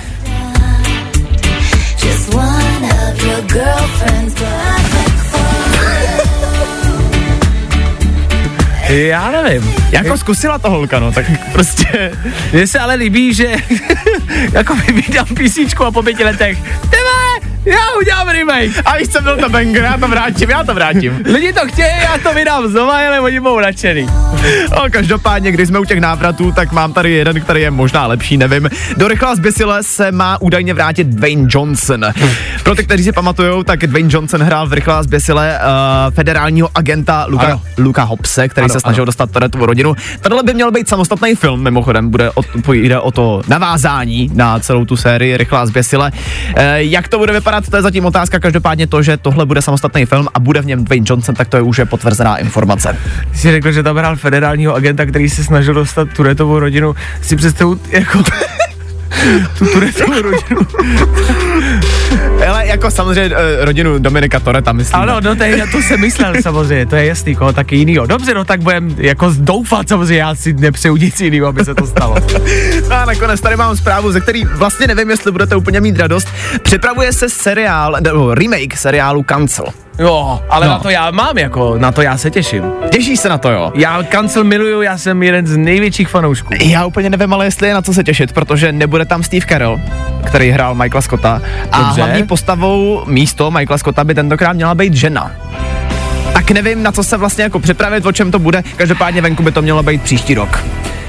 Já nevím. Jako zkusila to holka, no, tak prostě... Mně se ale líbí, že jako vydám písničku a po pěti letech Tyve, já udělám remake. A víš, co byl to banger, já to vrátím, já to vrátím. Lidi to chtějí, já to vydám znova, ale oni budou nadšený. O, každopádně, když jsme u těch návratů, tak mám tady jeden, který je možná lepší, nevím. Do Rychlá zběsile se má údajně vrátit Dwayne Johnson. Pro ty, kteří si pamatujou, tak Dwayne Johnson hrál v Rychlá zběsile uh, federálního agenta Luka, Luka Hobbse, který ano, se snažil ano. dostat Torettovu rodinu. Tohle by měl být samostatný film, mimochodem, bude o, půjde o to navázání na celou tu sérii Rychlá zběsile. Uh, jak to bude vypadat, to je zatím otázka, každopádně to, že tohle bude samostatný film a bude v něm Dwayne Johnson, tak to je už je potvrzená informace. Jsi řekl, že tam hrál federálního agenta, který se snažil dostat Torettovu rodinu, si představu jako tu Torettovu rodinu. Ale jako samozřejmě rodinu Dominika Toretta, myslím. Ano, no to, je, to jsem myslel samozřejmě, to je jasný, koho taky jinýho. Dobře, no tak budem jako doufat samozřejmě, já si nepřeju nic jinýho, aby se to stalo. No a nakonec tady mám zprávu, ze který vlastně nevím, jestli budete úplně mít radost. Připravuje se seriál, nebo remake seriálu Cancel. Jo, ale no. na to já mám jako, na to já se těším. Těšíš se na to, jo? Já Cancel miluju, já jsem jeden z největších fanoušků. Já úplně nevím, ale jestli je na co se těšit, protože nebude tam Steve Carell, který hrál Michaela Scotta. A Dobře. hlavní postavou místo Michaela Scotta by tentokrát měla být žena. Tak nevím, na co se vlastně jako připravit, o čem to bude, každopádně venku by to mělo být příští rok.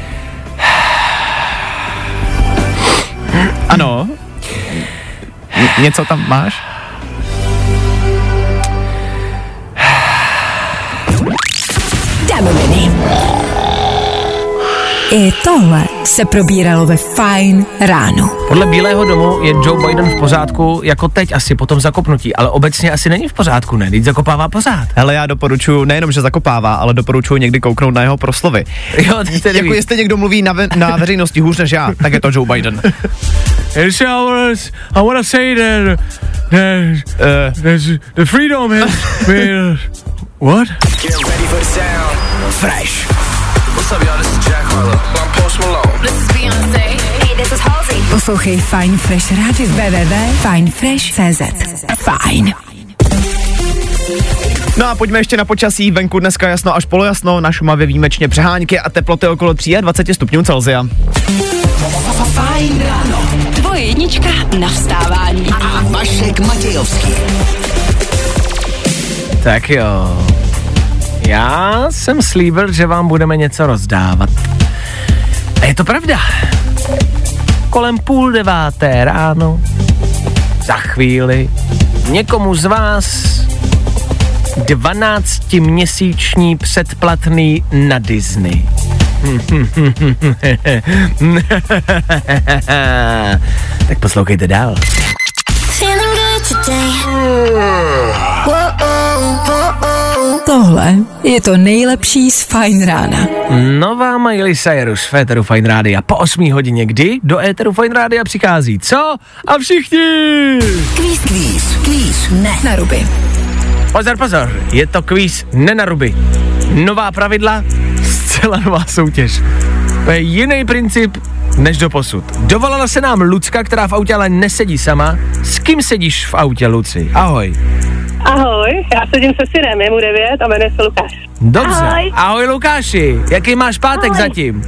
Ano? N- něco tam máš? Danoviny. I tohle se probíralo ve Fajn ráno. Podle Bílého domu je Joe Biden v pořádku jako teď asi po tom zakopnutí, ale obecně asi není v pořádku, ne? Teď zakopává pořád. Hele, já doporučuji, nejenom, že zakopává, ale doporučuji někdy kouknout na jeho proslovy. Jo, tedy jako jestli někdo mluví na, ve, na veřejnosti hůř než já, tak je to Joe Biden. I wanna say that, that uh, the freedom has been... What? Get ready for the sound. Fresh. What's up, y'all? This is Jack Harlow. I'm Post Malone. This is Beyoncé. Hey, this is Halsey. Poslouchej Fajn Fresh Radio. w w w tečka fajn fresh tečka cé zet. Fajn. No a pojďme ještě na počasí. Venku dneska jasno až polojasno, na Šumavě výjimečně přehánky a teploty okolo dvacet tři stupňů Celsia. Fajn ráno. Tvoje jednička na vstávání. A Vašek Matějovský. Tak jo. Já jsem slíbil, že vám budeme něco rozdávat. A je to pravda. Kolem půl deváté ráno, za chvíli, někomu z vás dvanáctiměsíční předplatný na Disney. Tak poslouchejte dál. Tohle je to nejlepší z Fajn rána. Nová Miley Cyrus v éteru Fajn Rádia po osmé hodině, kdy do éteru Fajn Rádia přichází co? A všichni! Kvíz, kvíz, kvíz, ne. Na ruby. Pozor, pozor, je to kvíz Nenaruby. Nová pravidla, zcela nová soutěž. To je jiný princip než doposud. Dovolala se nám Lucka, která v autě ale nesedí sama. S kým sedíš v autě, Luci? Ahoj. Ahoj, já sedím se synem, je mu devět a jmenuje se Lukáš. Dobře. Ahoj, Ahoj Lukáši, jaký máš pátek Ahoj. zatím?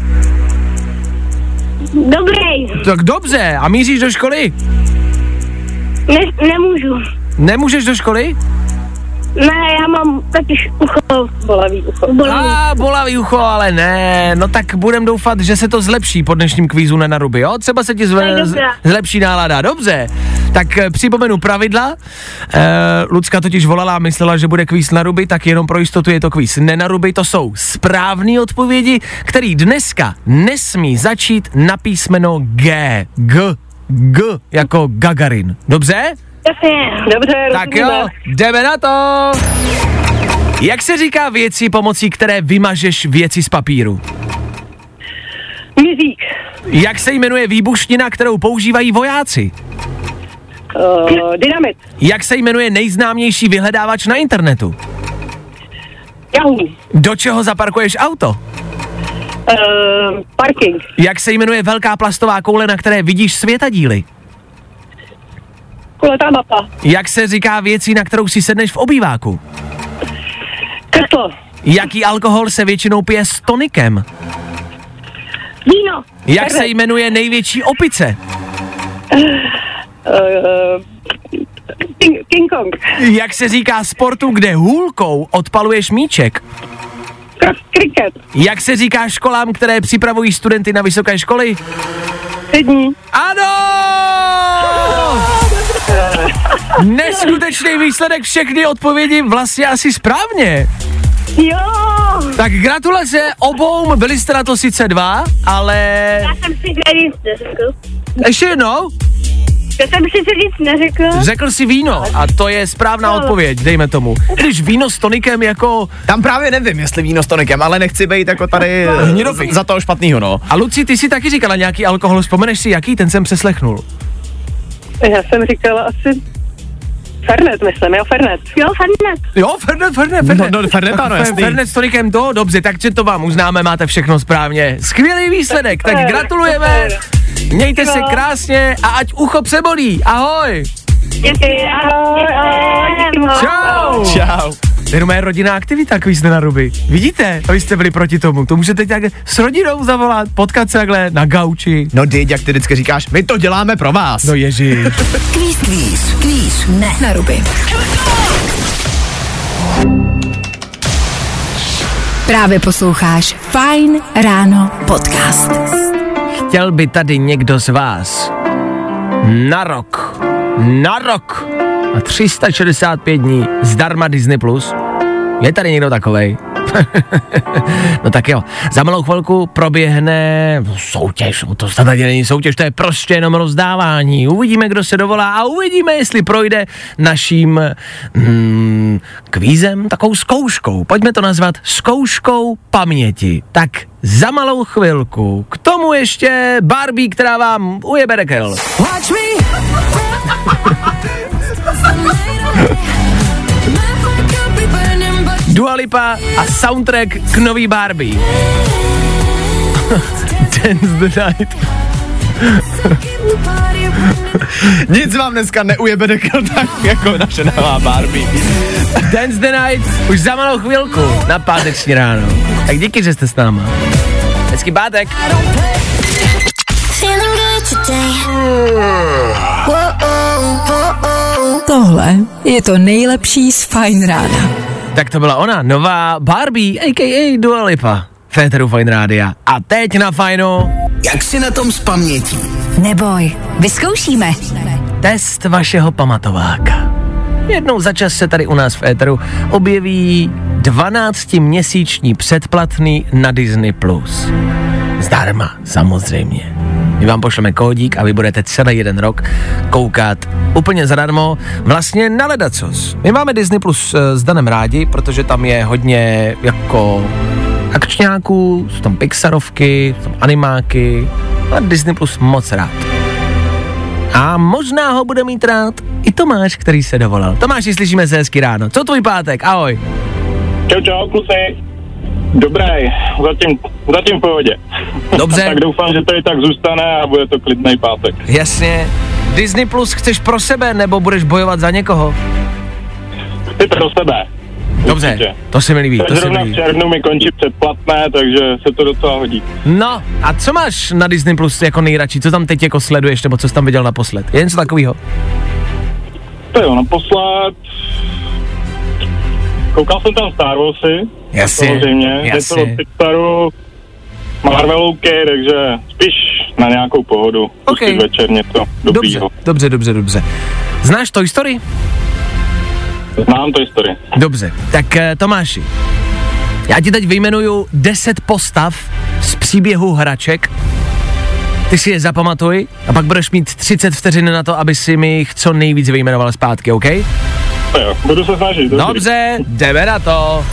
Dobrý. Tak dobře, a míříš do školy? Ne, nemůžu. Nemůžeš do školy? Ne, já mám taky ucho. Bolavý ucho. Bolavý. A bolavý ucho, ale ne. No tak budem doufat, že se to zlepší po dnešním kvízu Nenaruby, jo? Třeba se ti zve, z, zlepší nálada, dobře. Tak e, připomenu pravidla. E, Lucka totiž volala a myslela, že bude kvíz Naruby, tak jenom pro jistotu je to kvíz Nenaruby. To jsou správné odpovědi, který dneska nesmí začít na písmeno G. G. G jako Gagarin. Dobře? Jasně. Dobře, tak jo, jdeme na to. Jak se říká věci, pomocí které vymažeš věci z papíru? Mizík. Jak se jmenuje výbušnina, kterou používají vojáci? Uh, dynamit. Jak se jmenuje nejznámější vyhledávač na internetu? Yahoo. Do čeho zaparkuješ auto? Uh, parking. Jak se jmenuje velká plastová koule, na které vidíš světadíly? Kuletá mapa. Jak se říká věcí, na kterou si sedneš v obýváku? Kreslo. Jaký alkohol se většinou pije s tonikem? Víno. Jak se jmenuje největší opice? Uh, King, King Kong. Jak se říká sportu, kde hůlkou odpaluješ míček? Kriket. Jak se říká školám, které připravují studenty na vysoké školy? Sední. Ano! Neskutečný výsledek, všechny odpovědi vlastně asi správně. Jo. Tak gratulace obou, byli jste na to sice dva, ale... Já jsem si nic neřekl. Ještě jednou? Já jsem si nic neřekl. Řekl si víno a to je správná no. odpověď, dejme tomu. Když víno s tonikem jako... Tam právě nevím, jestli víno s tonikem, ale nechci být jako tady Hnidofik. za toho špatnýho, no. A Luci, ty si taky říkala nějaký alkohol, vzpomeneš si jaký? Ten jsem přeslechnul. Já jsem říkala asi... Fernet, myslím, jo, Fernet. Jo, Fernet. Jo, Fernet, Fernet, Fernet. No, no Fernet, ano, jasný. Fernet s tonikem, to, dobře, takže to vám uznáme, máte všechno správně. Skvělý výsledek, tak, tak gratulujeme. Mějte se krásně a ať ucho přebolí. Ahoj. Děkuji, ahoj, ahoj. Čau. Čau. To je moje rodinná aktivita, kvíz Nenaruby. Vidíte, abyste byli proti tomu. To můžete tak s rodinou zavolat, potkat se takhle na gauči. No dyť, jak ty vždycky říkáš, my to děláme pro vás. No ježiš. Kvíz, kvíz, kvíz, Nenaruby. Právě posloucháš Fajn ráno podcast. Chtěl by tady někdo z vás na rok, na rok a tři sta šedesát pět dní zdarma Disney plus? Je tady někdo takovej? No tak jo, za malou chvilku proběhne soutěž, to tady není soutěž, to je prostě jenom rozdávání. Uvidíme, kdo se dovolá a uvidíme, jestli projde naším hmm, kvízem, takovou zkouškou. Pojďme to nazvat zkouškou paměti. Tak za malou chvilku, k tomu ještě Barbie, která vám ujebe dekel. Dua Lipa a soundtrack k nový Barbie. Dance the Night. Nic vám dneska neujebe dekel tak jako naše nová Barbie. Dance the Night už za malou chvilku na páteční ráno. Tak díky, že jste s náma. Hezký pátek. Tohle je to nejlepší z Fajn rána. Tak to byla ona, nová Barbie, a k a. Dua Lipa. Féteru Fajn rádia. A teď na Fajnu. Jak si na tom s pamětí? Neboj, vyzkoušíme. Test vašeho pamatováka. Jednou za čas se tady u nás v éteru objeví dvanáctiměsíční předplatný na Disney plus. Zdarma, samozřejmě. My vám pošleme kódík a vy budete celý jeden rok koukat úplně zadarmo vlastně na ledacos. My máme Disney plus s Danem rádi, protože tam je hodně jako akčňáků, jsou tam Pixarovky, jsou tam animáky a Disney plus moc rád. A možná ho bude mít rád i Tomáš, který se dovolal. Tomáši, slyšíme se hezky ráno. Co tvůj pátek? Ahoj. Čau, čau, kluci. Dobrý, zatím, zatím v pohodě. Dobře. Tak doufám, že to i tak zůstane a bude to klidný pátek. Jasně. Disney Plus chceš pro sebe, nebo budeš bojovat za někoho? Chci pro sebe. Dobře, určitě. To se mi líbí, to se mi Zrovna líbí. v červnu mi končí předplatné, takže se to docela hodí. No, a co máš na Disney Plus jako nejradši? Co tam teď jako sleduješ, nebo co jsi tam viděl naposled? Je něco takového? To jo, naposled... Koukal jsem tam Star Warsy. Jasně, samozřejmě. Něco od Pixaru, Marvelouky, takže spíš na nějakou pohodu. Okay. Pustit večer něco dobrýho. Dobře, dobře, dobře, dobře. Znáš Toy Story? Znám Toy Story. Dobře, tak Tomáši, já ti teď vyjmenuju deset postav z příběhu hraček. Ty si je zapamatuj a pak budeš mít třicet vteřin na to, aby si mi jich co nejvíc vyjmenoval zpátky, OK? To jo, budu se snažit. Dobrý. Dobře, jdeme na to.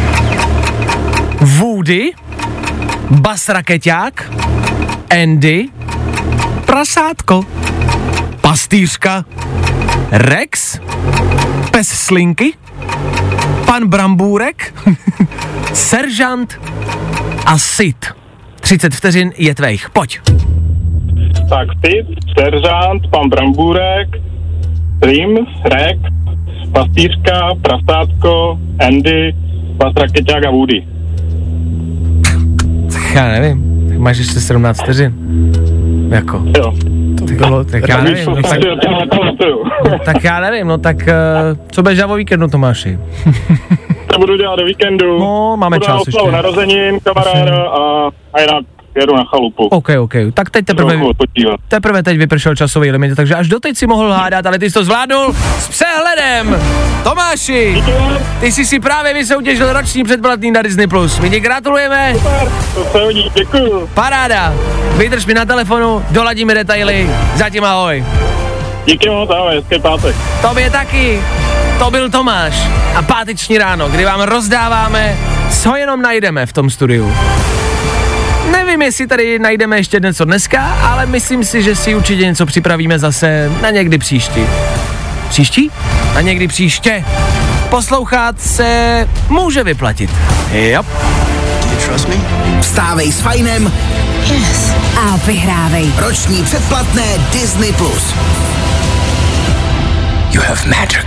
Woody, Buzz Rakeťák, Andy, Prasátko, Pastýřka, Rex, Pes Slinky, Pan Brambůrek, Seržant a Sid. třicet vteřin je tvých, pojď. Tak Sid, Seržant, Pan Brambůrek, Trim, Rex, Pastýřka, Prasátko, Andy, Buzz Rakeťák a Woody. Já nevím, tak máš ještě sedmnáct vteřin. Jako. Jo. Tak, bylo, tak já nevím. No, tak, tak já nevím, no tak uh, co budeš dělat o víkendu, Tomáši? To budu dělat do víkendu. No, máme čas ještě. Budu na narozenin kamaráda a, a jinak jedu na chalupu. OK, OK, tak teď teprve, teprve teď vypršel časový limit, takže až doteď si mohl hádat, ale ty jsi to zvládnul s přehledem. Tomáši, ty jsi si právě vysoutěžil roční předplatný na Disney Plus. My ti gratulujeme. Super, to se hodí, děkuju. Paráda, vydrž mi na telefonu, doladíme detaily, zatím ahoj. Díky moc, ahoj, hezký pátek. Tobě taky. To byl Tomáš a páteční ráno, kdy vám rozdáváme, co jenom najdeme v tom studiu. Nevím, jestli tady najdeme ještě něco dneska, ale myslím si, že si určitě něco připravíme zase na někdy příští. Příští? Na někdy příště. Poslouchat se může vyplatit. Jop. Vstávej s Fajnem. Yes. A vyhrávej Roční předplatné Disney Plus. You have magic.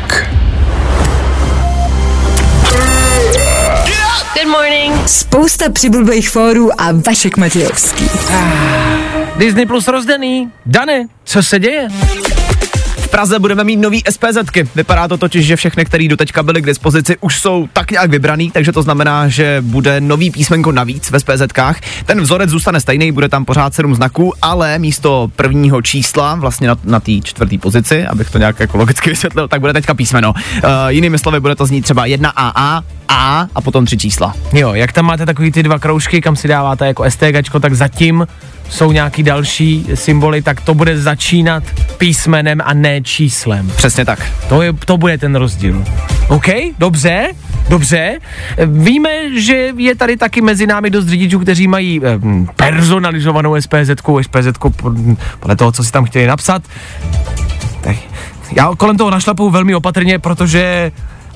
Good morning. Spousta přibulbých fórů a Vašek Matějovský. Disney Plus rozdaný. Dane, co se děje? V Praze budeme mít nový SPZky. Vypadá to totiž, že všechny, které doteďka byly k dispozici, už jsou tak nějak vybraný, takže to znamená, že bude nový písmenko navíc ve SPZkách. Ten vzorec zůstane stejný, bude tam pořád sedm znaků, ale místo prvního čísla, vlastně na, na té čtvrté pozici, abych to nějak jako logicky vysvětlil, tak bude teďka písmeno. Uh, jinými slovy, bude to znít třeba jedna A A, A a potom tři čísla. Jo, jak tam máte takový ty dva kroužky, kam si dáváte jako STGčko, tak zatím jsou nějaký další symboly, tak to bude začínat písmenem a ne číslem. Přesně tak. To, je, to bude ten rozdíl. OK, dobře, dobře. Víme, že je tady taky mezi námi dost řidičů, kteří mají eh, personalizovanou SPZku, SPZku podle toho, co si tam chtěli napsat. Tak já kolem toho našlapuju velmi opatrně, protože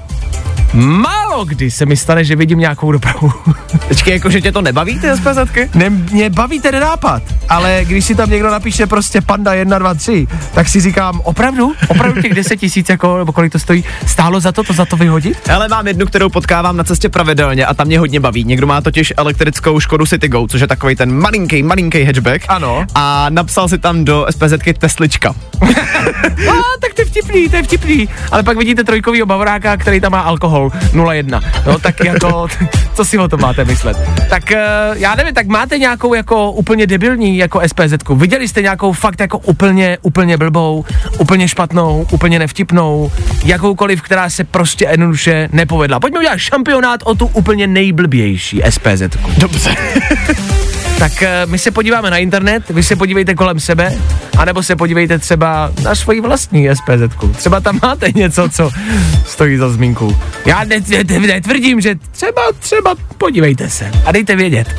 málo kdy se mi stane, že vidím nějakou dopravu. Počkej, jako že tě to nebaví, ty SPZky? Ne, mě baví ten nápad, ale když si tam někdo napíše prostě Panda jedna, dva, tři, tak si říkám, opravdu? Opravdu těch deset tisíc, jako, nebo kolik to stojí, stálo za to, to za to vyhodit? Ale mám jednu, kterou potkávám na cestě pravidelně a tam mě hodně baví. Někdo má totiž elektrickou Škodu Citigo, což je takový ten malinký, malinký hatchback. Ano. A napsal si tam do SPZky Teslička. A, tak to je vtipný, to je vtipný. Ale pak vidíte trojkovýho bavoráka, který tam má alkohol nula jedna. No tak jako, co si o tom máte myslet? Tak uh, já nevím, tak máte nějakou jako úplně debilní jako SPZku? Viděli jste nějakou fakt jako úplně, úplně blbou, úplně špatnou, úplně nevtipnou, jakoukoliv, která se prostě jednoduše nepovedla? Pojďme udělat šampionát o tu úplně nejblbější SPZku. Dobře. Tak uh, my se podíváme na internet, vy se podívejte kolem sebe, anebo se podívejte třeba na svoji vlastní SPZku. Třeba tam máte něco, co stojí za zmínku. Já netvrdím, že třeba, třeba podívejte se a dejte vědět.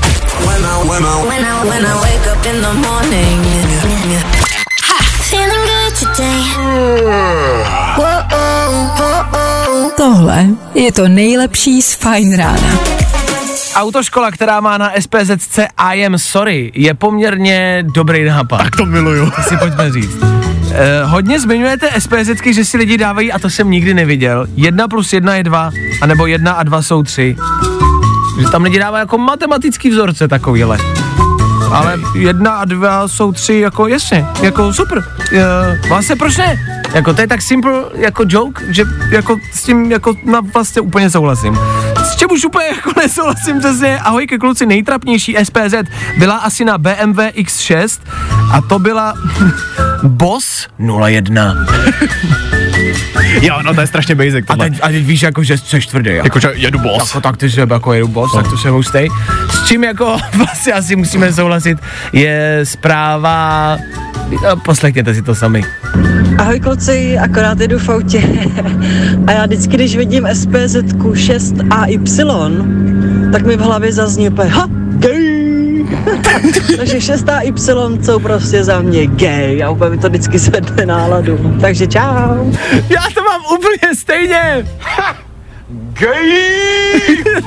Tohle je to nejlepší z Fajn rána. Autoškola, která má na es pé zet cé I am sorry, je poměrně dobrý nápad. Tak to miluju. To si pojďme říct. Eh, hodně zmiňujete SPZky, že si lidi dávají, a to jsem nikdy neviděl, jedna plus jedna je dva, anebo jedna a dva jsou tři. Že tam lidi dávají jako matematický vzorce takovýhle. Ale jedna a dva jsou tři, jako jasně, jako super. E, vlastně proč ne? Jako to je tak simple jako joke, že jako s tím jako na vlastně úplně souhlasím. S čím už úplně jako nesouhlasím přesně, ahojky kluci, nejtrapnější es pé zet byla asi na bé em vé iks šest a to byla Boss nula jedna. Jo, no to je strašně basic tohle. A teď, a teď víš jako, že jsi tvrdý. Jako, jako že jedu Boss. Jako tak ty jsi jako jedu Boss, no. Tak to jsem hustej. S čím jako vlastně asi musíme souhlasit, je zpráva, poslechněte si to sami. Ahoj kluci, akorát jedu v autě a já vždycky, když vidím es pé zet šest á ypsilon, tak mi v hlavě zazní úplně ha, gay. Takže šest á ypsilon jsou prostě za mě gay a úplně mi to vždycky zvedne náladu. Takže čau. Já to mám úplně stejně. Ha, gay.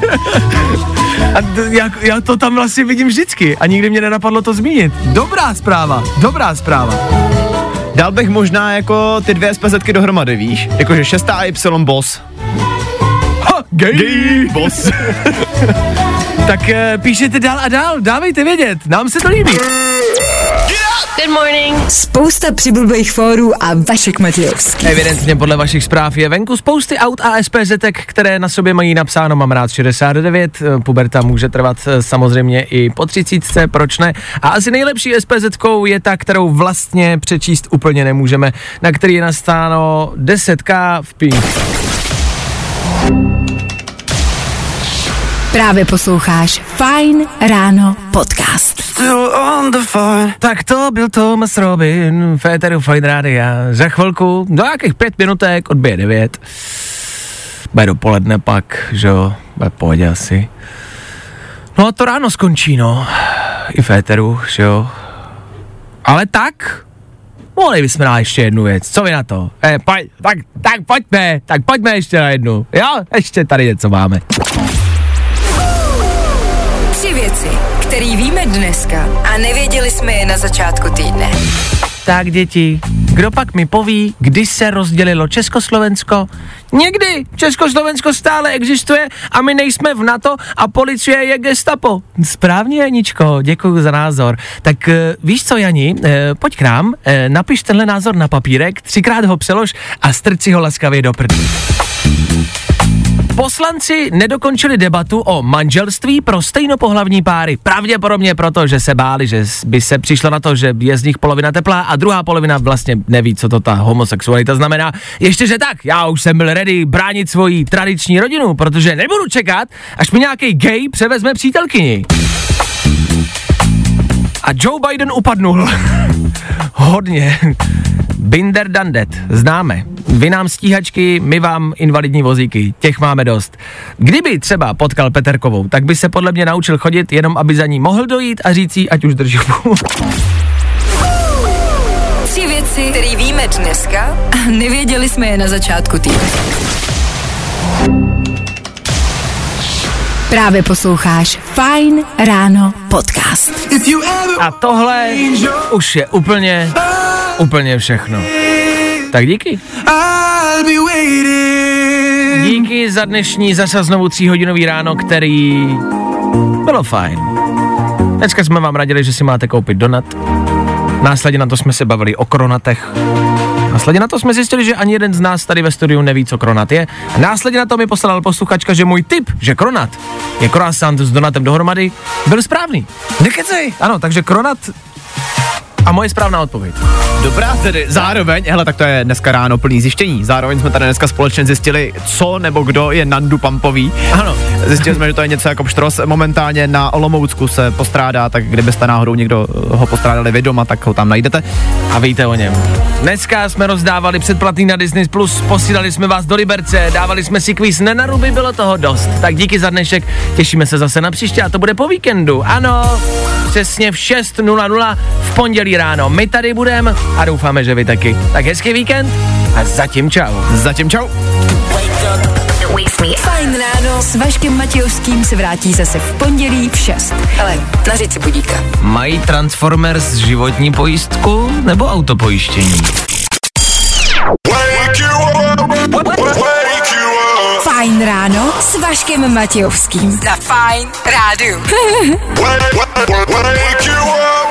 A d- já, já to tam vlastně vidím vždycky a nikdy mě nenapadlo to zmínit. Dobrá zpráva, dobrá zpráva. Dal bych možná jako ty dvě es pé zetky dohromady, víš? Jakože šest á ypsilon Boss. Ha, gay. Gay Boss. Tak e, píšete dál a dál, dávejte vědět, nám se to líbí. Good morning. Spousta přibulbých fórů a Vašek Matějovský. Evidentně podle vašich zpráv je venku spousty aut a es pé zetek, které na sobě mají napsáno mám rád šedesát devět, puberta může trvat samozřejmě i po třicítce, proč ne? A asi nejlepší es pé zetkou je ta, kterou vlastně přečíst úplně nemůžeme, na který je nastáno deset ká v pink. Právě posloucháš Fajn ráno podcast. Tak to byl Thomas Robin, v éteru Fajn rádia. Za chvilku, do nějakých pět minutek, odbije devět. Bude dopoledne pak, že jo, bude pohodě asi. No a to ráno skončí, no, i v éteru, že jo. Ale tak, mohli bychom dát ještě jednu věc, co vy na to? Eh, pojď, tak, tak pojďme, tak pojďme ještě na jednu, jo, ještě tady něco máme. Tři věci, které víme dneska a nevěděli jsme je na začátku týdne. Tak děti, kdo pak mi poví, kdy se rozdělilo Československo? Někdy Československo stále existuje a my nejsme v NATO a policie je gestapo. Správně, Janičko, děkuji za názor. Tak víš co, Jani, e, pojď k nám, e, napiš tenhle názor na papírek, třikrát ho přelož a strč si ho laskavě do prdí. Poslanci nedokončili debatu o manželství pro stejnopohlavní páry. Pravděpodobně proto, že se báli, že by se přišlo na to, že je z nich polovina teplá a druhá polovina vlastně neví, co to ta homosexualita znamená. Ještě že tak, já už jsem byl ready bránit svoji tradiční rodinu, protože nebudu čekat, až mi nějaký gay převezme přítelkyni. A Joe Biden upadnul. Hodně. Binder dandet, známe. Vy nám stíhačky, my vám invalidní vozíky, těch máme dost. Kdyby třeba potkal Peterkovou, tak by se podle mě naučil chodit, jenom aby za ní mohl dojít a říct jí, ať už drží. Tři věci, které víme dneska a nevěděli jsme je na začátku týdne. Právě posloucháš Fajn ráno podcast. A tohle už je úplně, úplně všechno. Tak díky. Díky za dnešní zase znovu tříhodinový ráno, který bylo fajn. Dneska jsme vám radili, že si máte koupit donut. Následně na to jsme se bavili o kronatech. Následně na to jsme zjistili, že ani jeden z nás tady ve studiu neví, co kronat je. A následně na to mi poslal posluchačka, že můj tip, že kronat je croissant s donutem dohromady, byl správný. Nekecej. Ano, takže kronat a moje správná odpověď. Dobrá tedy, zároveň, hele, tak to je dneska ráno plný zjištění. Zároveň jsme tady dneska společně zjistili, co nebo kdo je Nandu Pampový. Ano. Zjistili jsme, že to je něco jako pštros. Momentálně na Olomoucku se postrádá, tak kdybyste náhodou někdo ho postrádali vy doma, tak ho tam najdete. A víte o něm. Dneska jsme rozdávali předplatný na Disney plus, posílali jsme vás do Liberce, dávali jsme si kvíz Nenaruby, bylo toho dost. Tak díky za dnešek, těšíme se zase na příště a to bude po víkendu. Ano, přesně v šest nula nula v pondělí pondělí ráno. My tady budeme a doufáme, že vy taky. Tak hezký víkend a zatím čau. Zatím čau. Fajn ráno s Vaškem Matějovským se vrátí zase v pondělí v šest. Ale na říci budíka. Mají Transformers životní pojistku nebo autopojištění? Fajn ráno s Vaškem Matějovským. Na Fajn rádiu.